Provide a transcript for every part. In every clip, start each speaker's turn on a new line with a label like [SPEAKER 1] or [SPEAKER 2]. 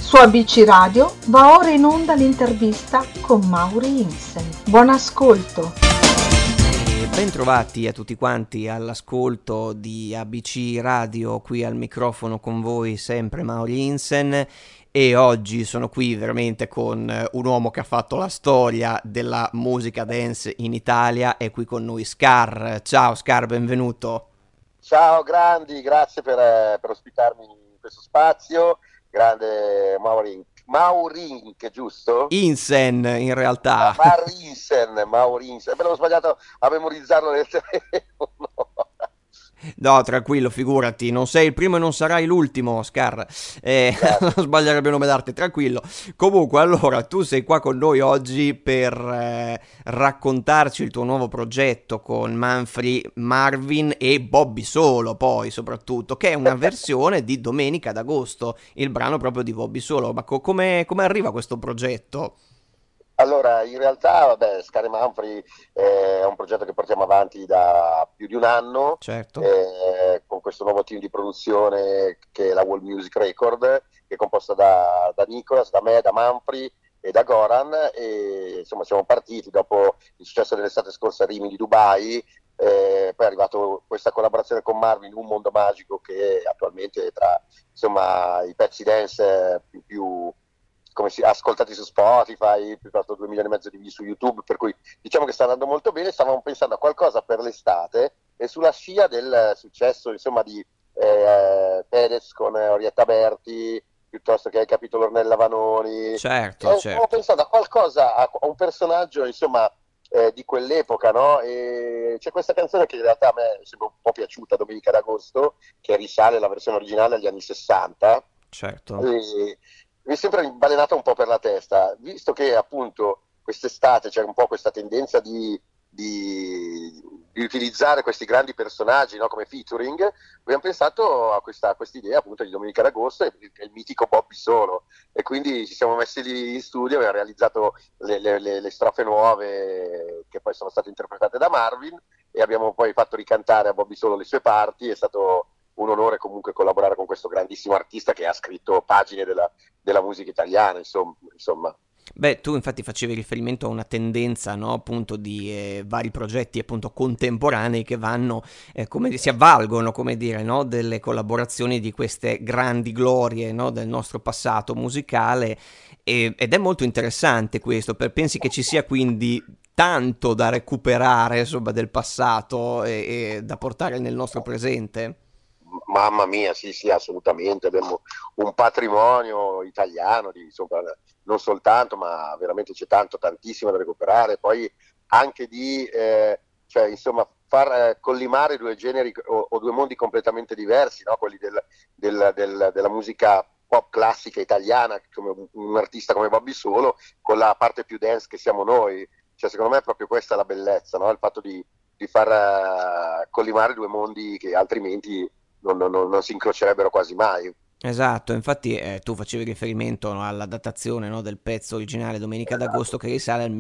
[SPEAKER 1] Su ABC Radio va ora in onda l'intervista con Mauri Insen. Buon ascolto!
[SPEAKER 2] E bentrovati a tutti quanti all'ascolto di ABC Radio, qui al microfono con voi sempre Mauri Insen, e oggi sono qui veramente con un uomo che ha fatto la storia della musica dance in Italia. È qui con noi Scar. Ciao Scar, benvenuto.
[SPEAKER 3] Ciao grandi, grazie per ospitarmi in questo spazio. Grande Maurink, giusto?
[SPEAKER 2] Insen in realtà.
[SPEAKER 3] Maurinsen. Me l'avevo sbagliato a memorizzarlo nel telefono.
[SPEAKER 2] No, tranquillo, figurati, non sei il primo e non sarai l'ultimo, Scar. Non sbaglierebbe il nome d'arte, tranquillo. Comunque, allora, tu sei qua con noi oggi per raccontarci il tuo nuovo progetto con Manfry, Marvin e Bobby Solo, poi soprattutto, che è una versione di Domenica d'Agosto, il brano proprio di Bobby Solo. Ma come arriva questo progetto?
[SPEAKER 3] Allora, in realtà, vabbè, Scare Manfrey è un progetto che portiamo avanti da più di un anno,
[SPEAKER 2] Certo.
[SPEAKER 3] con questo nuovo team di produzione che è la World Music Record, che è composta da Nicolas, da me, da Manfrey e da Goran, e insomma siamo partiti dopo il successo dell'estate scorsa a Rimini, Dubai. Poi è arrivata questa collaborazione con Marvin, Un Mondo Magico, che attualmente è tra insomma i pezzi dance più come si, ascoltati su Spotify, piuttosto 2 milioni e mezzo di view su YouTube, per cui diciamo che sta andando molto bene. Stavamo pensando a qualcosa per l'estate, e sulla scia del successo insomma di Fedez con Orietta Berti, piuttosto che hai capito Ornella Vanoni,
[SPEAKER 2] Certo,
[SPEAKER 3] stavo
[SPEAKER 2] certo.
[SPEAKER 3] pensando a qualcosa, a un personaggio insomma di quell'epoca, no? E c'è questa canzone che in realtà a me è sempre un po' piaciuta, Domenica d'Agosto, che risale alla versione originale agli anni 60.
[SPEAKER 2] Certo.
[SPEAKER 3] E mi è sempre balenata un po' per la testa, visto che appunto quest'estate c'è un po' questa tendenza di utilizzare questi grandi personaggi, no, come featuring. Abbiamo pensato a questa idea appunto di Domenica d'Agosto e il mitico Bobby Solo, e quindi ci siamo messi lì in studio, abbiamo realizzato le strofe nuove che poi sono state interpretate da Marvin, e abbiamo poi fatto ricantare a Bobby Solo le sue parti. È stato un onore comunque collaborare con questo grandissimo artista che ha scritto pagine della musica italiana, insomma.
[SPEAKER 2] Beh, tu infatti facevi riferimento a una tendenza, no, appunto di vari progetti appunto contemporanei che vanno, come si avvalgono, come dire, no, delle collaborazioni di queste grandi glorie, no, del nostro passato musicale, ed è molto interessante questo, pensi che ci sia quindi tanto da recuperare, insomma, del passato e da portare nel nostro presente?
[SPEAKER 3] Mamma mia, sì, sì, assolutamente. Abbiamo un patrimonio italiano, insomma, non soltanto, ma veramente c'è tantissimo da recuperare. Poi anche cioè, insomma, far collimare due generi o due mondi completamente diversi, no? Quelli della musica pop classica italiana, come un artista come Bobby Solo, con la parte più dance che siamo noi. Cioè, secondo me è proprio questa la bellezza, no? Il fatto di far collimare due mondi che altrimenti non si incrocerebbero quasi mai.
[SPEAKER 2] Esatto, infatti tu facevi riferimento, no, alla datazione, no, del pezzo originale Domenica d'Agosto che risale al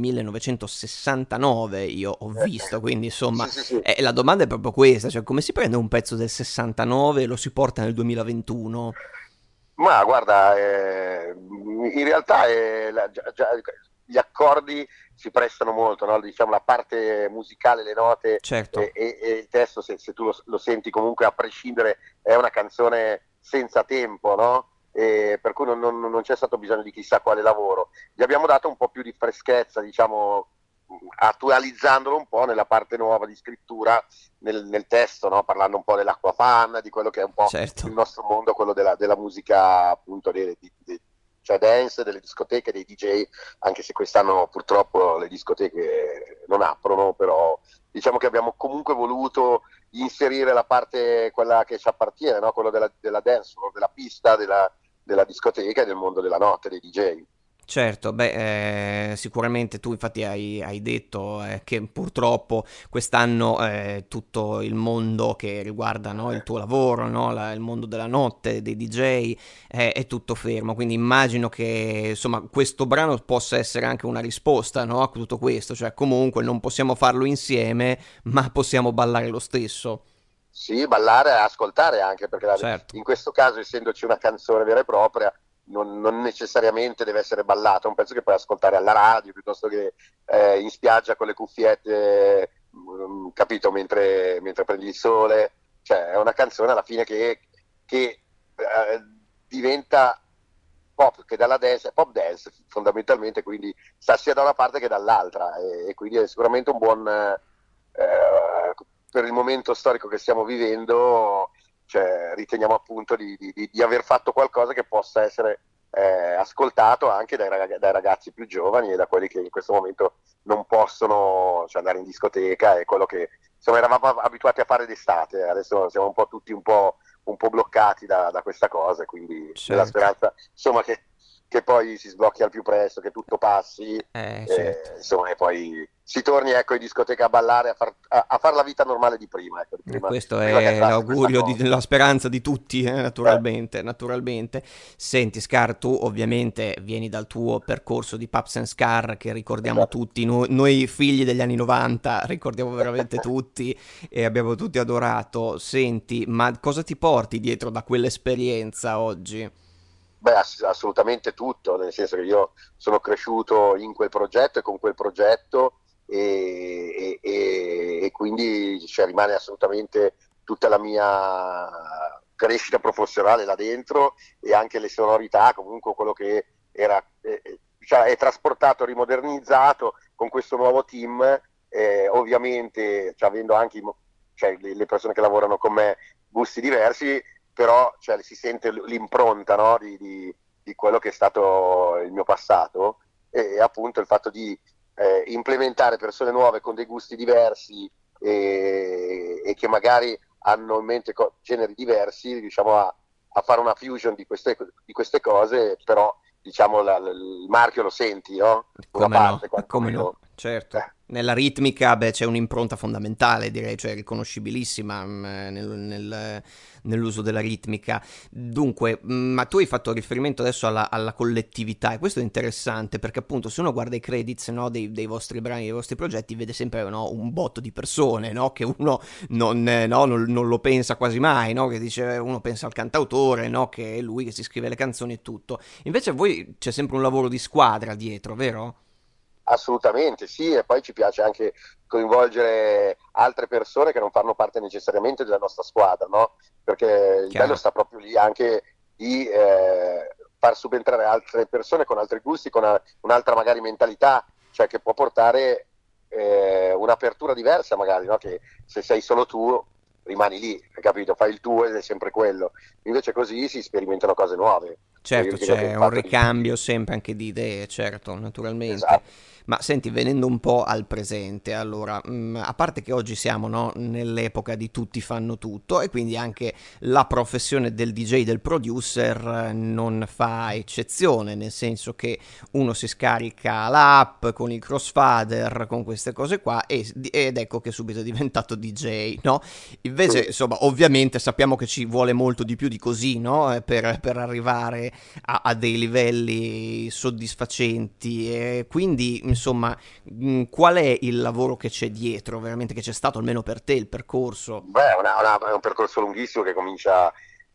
[SPEAKER 2] 1969, io ho visto, quindi insomma
[SPEAKER 3] Sì, sì, sì.
[SPEAKER 2] la domanda è proprio questa, cioè come si prende un pezzo del 69 e lo si porta nel 2021?
[SPEAKER 3] Ma guarda, in realtà gli accordi si prestano molto, no? Diciamo la parte musicale, le note
[SPEAKER 2] Certo,
[SPEAKER 3] e il testo, se tu lo senti comunque a prescindere, è una canzone senza tempo, no? E per cui non c'è stato bisogno di chissà quale lavoro. Gli abbiamo dato un po' più di freschezza, diciamo, attualizzandolo un po' nella parte nuova di scrittura, nel testo, no? Parlando un po' dell'Acquafan, di quello che è un po' il
[SPEAKER 2] certo.
[SPEAKER 3] nostro mondo, quello della musica appunto cioè dance, delle discoteche, dei DJ, anche se quest'anno purtroppo le discoteche non aprono, però diciamo che abbiamo comunque voluto inserire la parte, quella che ci appartiene, no? Quello della dance, della pista, della discoteca e del mondo della notte, dei DJ.
[SPEAKER 2] Certo, beh, sicuramente tu infatti hai detto che purtroppo quest'anno tutto il mondo che riguarda, no, il tuo lavoro, no, il mondo della notte, dei DJ, è tutto fermo, quindi immagino che insomma questo brano possa essere anche una risposta, no, a tutto questo, cioè comunque non possiamo farlo insieme, ma possiamo ballare lo stesso.
[SPEAKER 3] Sì, ballare e ascoltare anche, perché
[SPEAKER 2] Certo,
[SPEAKER 3] in questo caso, essendoci una canzone vera e propria, non necessariamente deve essere ballato, è un pezzo che puoi ascoltare alla radio piuttosto che in spiaggia con le cuffiette, capito, mentre prendi il sole. Cioè, è una canzone alla fine che diventa pop, che dalla dance, è pop dance fondamentalmente, quindi sta sia da una parte che dall'altra, e quindi è sicuramente un buon, per il momento storico che stiamo vivendo, cioè, riteniamo appunto di aver fatto qualcosa che possa essere ascoltato anche dai ragazzi più giovani e da quelli che in questo momento non possono, cioè, andare in discoteca, è quello che insomma eravamo abituati a fare d'estate. Adesso siamo un po' tutti un po' bloccati da questa cosa, quindi nella
[SPEAKER 2] Certo.
[SPEAKER 3] speranza insomma che poi si sblocchi al più presto, che tutto passi,
[SPEAKER 2] Certo.
[SPEAKER 3] insomma, e poi si torni, ecco, in discoteca a ballare, a far la vita normale di prima, ecco,
[SPEAKER 2] E questo
[SPEAKER 3] prima che
[SPEAKER 2] è
[SPEAKER 3] arrivasse questa
[SPEAKER 2] l'augurio,
[SPEAKER 3] cosa.
[SPEAKER 2] la speranza di tutti,
[SPEAKER 3] Eh,
[SPEAKER 2] naturalmente, naturalmente. Senti, Scar, tu ovviamente vieni dal tuo percorso di Paps and Scar, che ricordiamo
[SPEAKER 3] esatto.
[SPEAKER 2] tutti, noi figli degli anni 90, ricordiamo veramente tutti e abbiamo tutti adorato. Senti, ma cosa ti porti dietro da quell'esperienza oggi?
[SPEAKER 3] Beh, assolutamente tutto, nel senso che io sono cresciuto in quel progetto e con quel progetto, e quindi, cioè, rimane assolutamente tutta la mia crescita professionale là dentro, e anche le sonorità, comunque quello che era, cioè, è trasportato, rimodernizzato con questo nuovo team, ovviamente, cioè, avendo anche cioè, le persone che lavorano con me gusti diversi, però, cioè, si sente l'impronta, no, di quello che è stato il mio passato, e appunto il fatto di implementare persone nuove con dei gusti diversi, e che magari hanno in mente generi diversi, riusciamo a fare una fusion di queste cose, però diciamo il marchio lo senti, no? Una parte
[SPEAKER 2] Come no,
[SPEAKER 3] quantomeno.
[SPEAKER 2] certo.
[SPEAKER 3] Eh,
[SPEAKER 2] Nella ritmica, beh, c'è un'impronta fondamentale, direi, cioè riconoscibilissima nell'uso della ritmica. Dunque, ma tu hai fatto riferimento adesso alla collettività, e questo è interessante perché appunto se uno guarda i credits, no, dei vostri brani, dei vostri progetti, vede sempre, no, un botto di persone, no, che uno no, non lo pensa quasi mai, no, che dice, uno pensa al cantautore, no, che è lui che si scrive le canzoni e tutto. Invece a voi c'è sempre un lavoro di squadra dietro, vero?
[SPEAKER 3] Assolutamente sì, e poi ci piace anche coinvolgere altre persone che non fanno parte necessariamente della nostra squadra, no? Perché il bello
[SPEAKER 2] Chiaro.
[SPEAKER 3] sta proprio lì anche di far subentrare altre persone con altri gusti, con un'altra magari mentalità, cioè che può portare un'apertura diversa magari, no? Che se sei solo tu rimani lì, hai capito? Fai il tuo ed è sempre quello. Invece così si sperimentano cose nuove. E io
[SPEAKER 2] Certo,
[SPEAKER 3] ritengo che
[SPEAKER 2] c'è
[SPEAKER 3] il
[SPEAKER 2] un
[SPEAKER 3] fatto
[SPEAKER 2] ricambio sempre anche di idee, certo, naturalmente.
[SPEAKER 3] esatto.
[SPEAKER 2] Ma senti, venendo un po' al presente, allora, a parte che oggi siamo, no, nell'epoca di tutti fanno tutto e quindi anche la professione del DJ, del producer, non fa eccezione, nel senso che uno si scarica l'app con il crossfader, con queste cose qua ed ecco che subito è diventato DJ, no? Invece,
[SPEAKER 3] Sì.
[SPEAKER 2] insomma, ovviamente sappiamo che ci vuole molto di più di così, no? Per arrivare a dei livelli soddisfacenti e quindi insomma qual è il lavoro che c'è dietro veramente che c'è stato almeno per te il percorso.
[SPEAKER 3] Beh, è un percorso lunghissimo che comincia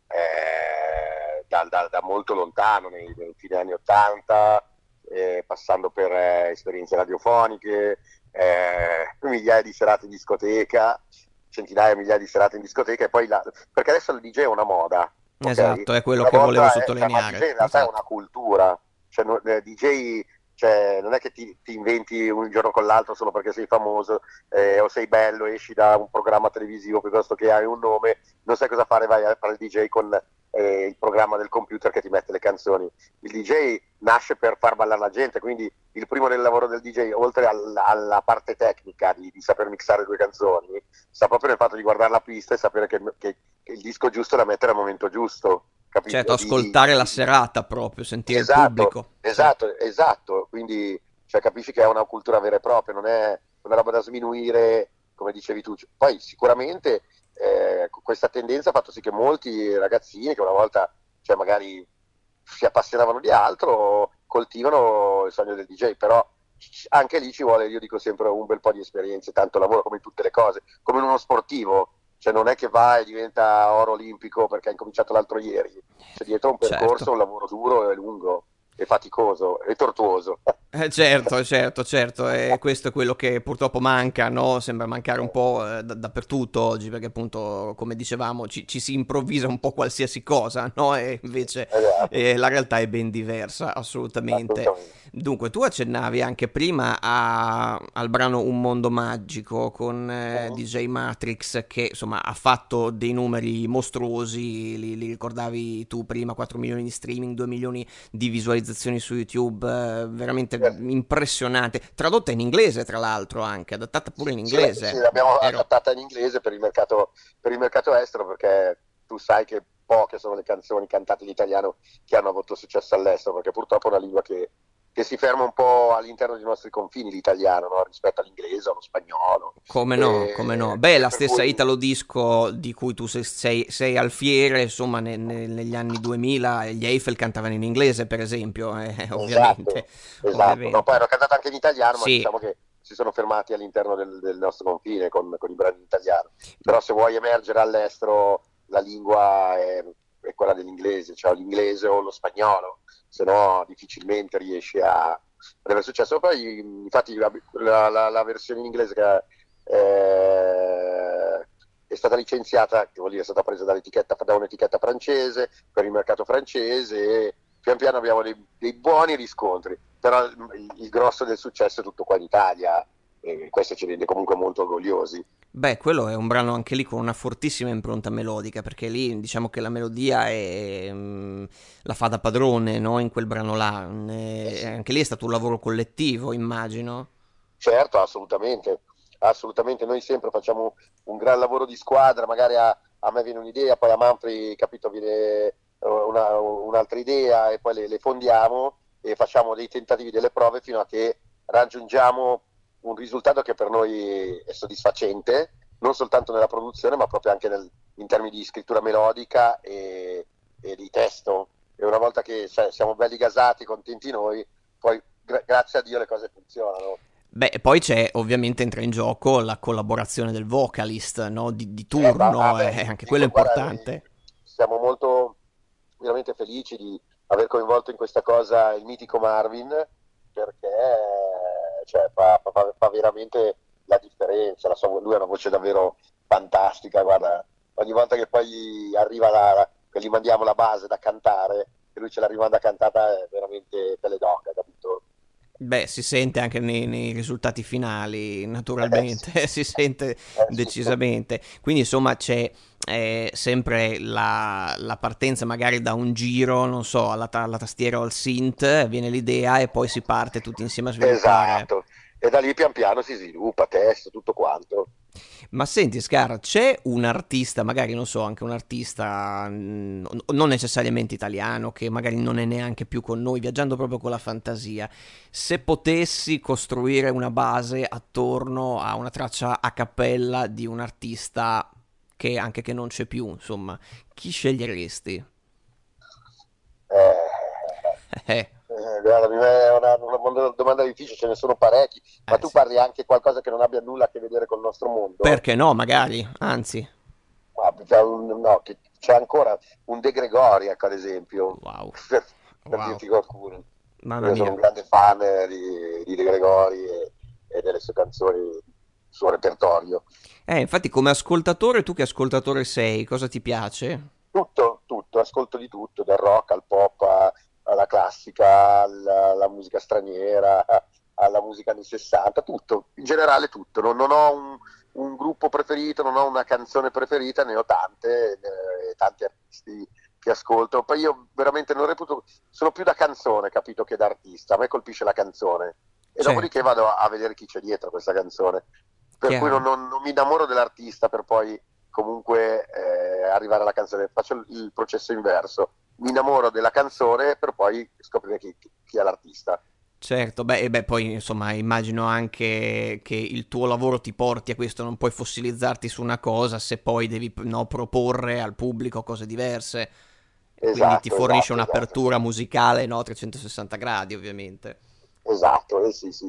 [SPEAKER 3] da molto lontano, nei fine anni 80, passando per esperienze radiofoniche, migliaia di serate in discoteca, centinaia, migliaia di serate in discoteca, e poi perché adesso il DJ è una moda, ok?
[SPEAKER 2] Esatto, è quello
[SPEAKER 3] Una
[SPEAKER 2] che volevo
[SPEAKER 3] volta cioè, ma il DJ
[SPEAKER 2] sottolineare,
[SPEAKER 3] in realtà è una
[SPEAKER 2] esatto.
[SPEAKER 3] cultura, cioè, DJ, cioè, non è che ti inventi un giorno con l'altro solo perché sei famoso, o sei bello, esci da un programma televisivo piuttosto che hai un nome, non sai cosa fare, vai a fare il DJ con il programma del computer che ti mette le canzoni. Il DJ nasce per far ballare la gente, quindi il primo del lavoro del DJ, oltre alla parte tecnica di saper mixare due canzoni, sta proprio nel fatto di guardare la pista e sapere che il disco giusto è da mettere al momento giusto,
[SPEAKER 2] Certo,
[SPEAKER 3] capito?
[SPEAKER 2] ascoltare la serata proprio, sentire il
[SPEAKER 3] Esatto,
[SPEAKER 2] pubblico, certo.
[SPEAKER 3] esatto, esatto. Quindi, cioè, capisci che è una cultura vera e propria, non è una roba da sminuire, come dicevi tu. Poi sicuramente questa tendenza ha fatto sì che molti ragazzini che una volta, cioè, magari si appassionavano di altro, coltivano il sogno del DJ, però anche lì ci vuole, io dico sempre, un bel po' di esperienze, tanto lavoro come in tutte le cose, come in uno sportivo. cioè non è che va e diventa oro olimpico perché ha incominciato l'altro ieri, c'è dietro un percorso,
[SPEAKER 2] certo.
[SPEAKER 3] un lavoro duro e lungo e faticoso e tortuoso.
[SPEAKER 2] Certo, certo, certo, e questo è quello che purtroppo manca, no? Sembra mancare un po' dappertutto oggi, perché appunto, come dicevamo, ci si improvvisa un po' qualsiasi cosa, no? E invece
[SPEAKER 3] Esatto,
[SPEAKER 2] la realtà è ben diversa, assolutamente.
[SPEAKER 3] assolutamente.
[SPEAKER 2] Dunque, tu accennavi anche prima al brano Un mondo magico con
[SPEAKER 3] Mhm.
[SPEAKER 2] DJ Matrix, che insomma ha fatto dei numeri mostruosi, li ricordavi tu prima, 4 milioni di streaming, 2 milioni di visualizzazioni su YouTube, veramente impressionante. Tradotta in inglese, tra l'altro, anche adattata pure in
[SPEAKER 3] Sì, sì,
[SPEAKER 2] inglese.
[SPEAKER 3] l'abbiamo
[SPEAKER 2] Ero.
[SPEAKER 3] adattata in inglese per il mercato estero perché tu sai che poche sono le canzoni cantate in italiano che hanno avuto successo all'estero, perché purtroppo è una lingua che si ferma un po' all'interno dei nostri confini, l'italiano, no? Rispetto all'inglese o allo spagnolo.
[SPEAKER 2] Come no, come no. Beh,
[SPEAKER 3] E
[SPEAKER 2] la
[SPEAKER 3] per
[SPEAKER 2] stessa
[SPEAKER 3] cui,
[SPEAKER 2] Italo Disco di cui tu sei alfiere, insomma, negli anni 2000 gli Eiffel cantavano in inglese, per esempio, ovviamente,
[SPEAKER 3] esatto, esatto. No, poi
[SPEAKER 2] ovviamente.
[SPEAKER 3] hanno cantato anche in italiano, ma
[SPEAKER 2] Sì,
[SPEAKER 3] diciamo che si sono fermati all'interno del nostro confine con i brani in italiano. Però se vuoi emergere all'estero, la lingua è quella dell'inglese, cioè l'inglese o lo spagnolo, se no difficilmente riesci ad avere successo. Poi, infatti, la versione in inglese che è stata licenziata, che vuol dire è stata presa da un'etichetta francese per il mercato francese e pian piano abbiamo dei buoni riscontri, però il grosso del successo è tutto qua in Italia e questo ci rende comunque molto orgogliosi.
[SPEAKER 2] beh, quello è un brano anche lì con una fortissima impronta melodica, perché lì diciamo che la melodia la fa da padrone, no? In quel brano là.
[SPEAKER 3] Eh sì.
[SPEAKER 2] Anche lì è stato un lavoro collettivo, immagino.
[SPEAKER 3] Certo, assolutamente, assolutamente. Noi sempre facciamo un gran lavoro di squadra, magari a me viene un'idea, poi a Manfred, capito, viene un'altra idea e poi le fondiamo e facciamo dei tentativi, delle prove fino a che raggiungiamo un risultato che per noi è soddisfacente, non soltanto nella produzione, ma proprio anche in termini di scrittura melodica e di testo. E una volta che siamo belli gasati, contenti noi, poi grazie a Dio le cose funzionano.
[SPEAKER 2] Beh, e poi c'è ovviamente entra in gioco la collaborazione del vocalist, no? Di
[SPEAKER 3] Ah
[SPEAKER 2] turno,
[SPEAKER 3] beh,
[SPEAKER 2] anche quello è
[SPEAKER 3] dico, guarda,
[SPEAKER 2] importante.
[SPEAKER 3] siamo molto veramente felici di aver coinvolto in questa cosa il mitico Marvin perché cioè, fa veramente la differenza. Lui ha una voce davvero fantastica. Guarda, ogni volta che poi arriva che gli mandiamo la base da cantare e lui ce la rimanda cantata è veramente pelle d'oca, capito?
[SPEAKER 2] Beh, si sente anche nei risultati finali,
[SPEAKER 3] Sì,
[SPEAKER 2] naturalmente, si sente
[SPEAKER 3] sì.
[SPEAKER 2] decisamente. Quindi, insomma, c'è sempre la partenza magari da un giro, non so, alla tastiera o al synth, viene l'idea e poi si parte tutti insieme a sviluppare.
[SPEAKER 3] Esatto. E da lì pian piano si sviluppa, testo, tutto quanto.
[SPEAKER 2] Ma senti, Scar, c'è un artista, magari non so, anche un artista non necessariamente italiano, che magari non è neanche più con noi, viaggiando proprio con la fantasia. Se potessi costruire una base attorno a una traccia a cappella di un artista che anche che non c'è più, insomma, chi sceglieresti?
[SPEAKER 3] Eh,
[SPEAKER 2] Eh,
[SPEAKER 3] guarda, è una domanda difficile, ce ne sono parecchi, ma tu
[SPEAKER 2] sì.
[SPEAKER 3] parli anche qualcosa che non abbia nulla a che vedere col nostro mondo?
[SPEAKER 2] Perché no, magari, anzi.
[SPEAKER 3] No, c'è ancora un De Gregori, ecco, ad esempio,
[SPEAKER 2] Wow,
[SPEAKER 3] per, per
[SPEAKER 2] wow,
[SPEAKER 3] dirti qualcuno.
[SPEAKER 2] mamma
[SPEAKER 3] Io sono un
[SPEAKER 2] mia.
[SPEAKER 3] grande fan di De Gregori e delle sue canzoni, il suo repertorio.
[SPEAKER 2] Infatti come ascoltatore, tu che ascoltatore sei? Cosa ti piace?
[SPEAKER 3] Tutto, tutto, ascolto di tutto, dal rock al pop alla classica, alla musica straniera, alla musica anni 60, tutto, in generale tutto. Non ho un gruppo preferito, non ho una canzone preferita, ne ho tante, tanti artisti che ascolto. Poi io veramente non reputo, sono più da canzone, capito, che da artista. A me colpisce la canzone. E dopodiché
[SPEAKER 2] Certo,
[SPEAKER 3] vado a vedere chi c'è dietro a questa canzone. Per cui
[SPEAKER 2] chiaro.
[SPEAKER 3] non mi innamoro dell'artista per poi comunque arrivare alla canzone, faccio il processo inverso, mi innamoro della canzone per poi scoprire chi è l'artista.
[SPEAKER 2] Certo, beh, e beh, poi insomma immagino anche che il tuo lavoro ti porti a questo, non puoi fossilizzarti su una cosa se poi devi no, proporre al pubblico cose diverse, e quindi ti
[SPEAKER 3] Esatto,
[SPEAKER 2] fornisce
[SPEAKER 3] esatto, esatto,
[SPEAKER 2] un'apertura musicale, no, 360 gradi ovviamente.
[SPEAKER 3] esatto, sì, sì.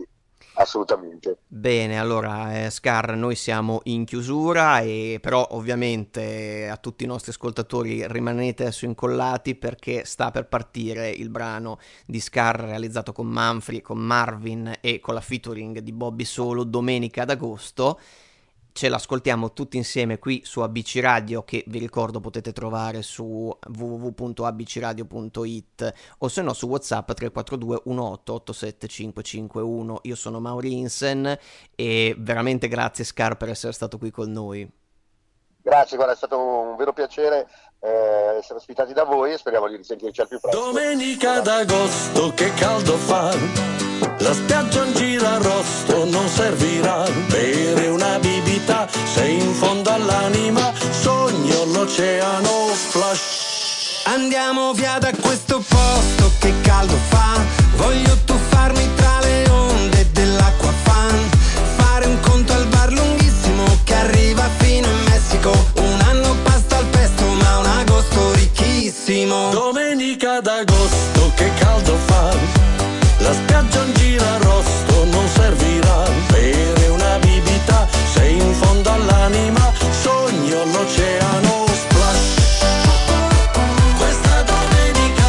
[SPEAKER 3] Assolutamente.
[SPEAKER 2] Bene, allora Scar, noi siamo in chiusura e però ovviamente a tutti i nostri ascoltatori rimanete adesso incollati perché sta per partire il brano di Scar realizzato con Manfrey, con Marvin e con la featuring di Bobby Solo domenica d'agosto. Ce l'ascoltiamo tutti insieme qui su ABC Radio, che vi ricordo potete trovare su www.abcradio.it o se no su WhatsApp 342 1887 551. Io sono Mauri Insen e veramente grazie Scar per essere stato qui con noi.
[SPEAKER 3] Grazie, guarda, è stato un vero piacere essere ospitati da voi e speriamo di risentirci al più presto.
[SPEAKER 4] Domenica d'agosto, che caldo fa, la spiaggia in girarosto non servirà, bere una bibita, sei in fondo all'anima, sogno l'oceano splash. Andiamo via da questo posto, che caldo fa, voglio tuffarmi tra le onde dell'acqua fan, fare un conto al bar lunghissimo che arriva fino in Messico, un anno pasta al pesto ma un agosto ricchissimo. Domenica d'agosto, che caldo fa, la spiaggia in girarosto non servirà, bere una bibita, sei in fondo all'anima, sogno l'oceano splash. Questa domenica,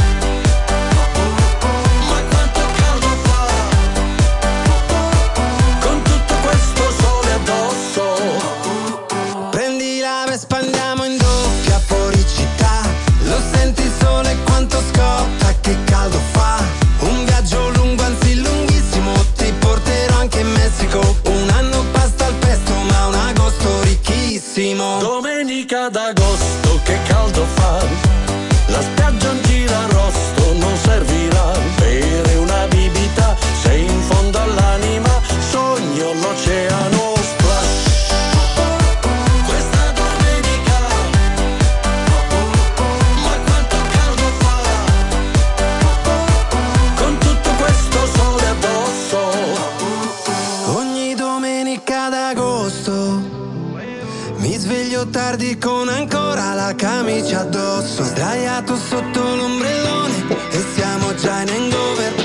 [SPEAKER 4] ma quanto caldo fa, con tutto questo sole addosso. Prendi la Vespa, andiamo in doppia fuori città, lo senti il sole quanto scotta, che caldo fa, un viaggio lungo anzi lunghissimo, ti porterò anche in Messico, un anno pasta al pesto ma un agosto ricchissimo. Domenica d'agosto, che caldo fa, la spiaggia in girarosto non servirà, bere una bibita, sei in fondo all'anima, sogno l'oceano splash. Questa domenica, ma quanto caldo fa, con tutto questo sole addosso. Ogni domenica d'agosto mi sveglio tardi con ancora la camicia addosso, sdraiato sotto l'ombrellone e siamo già in hangover.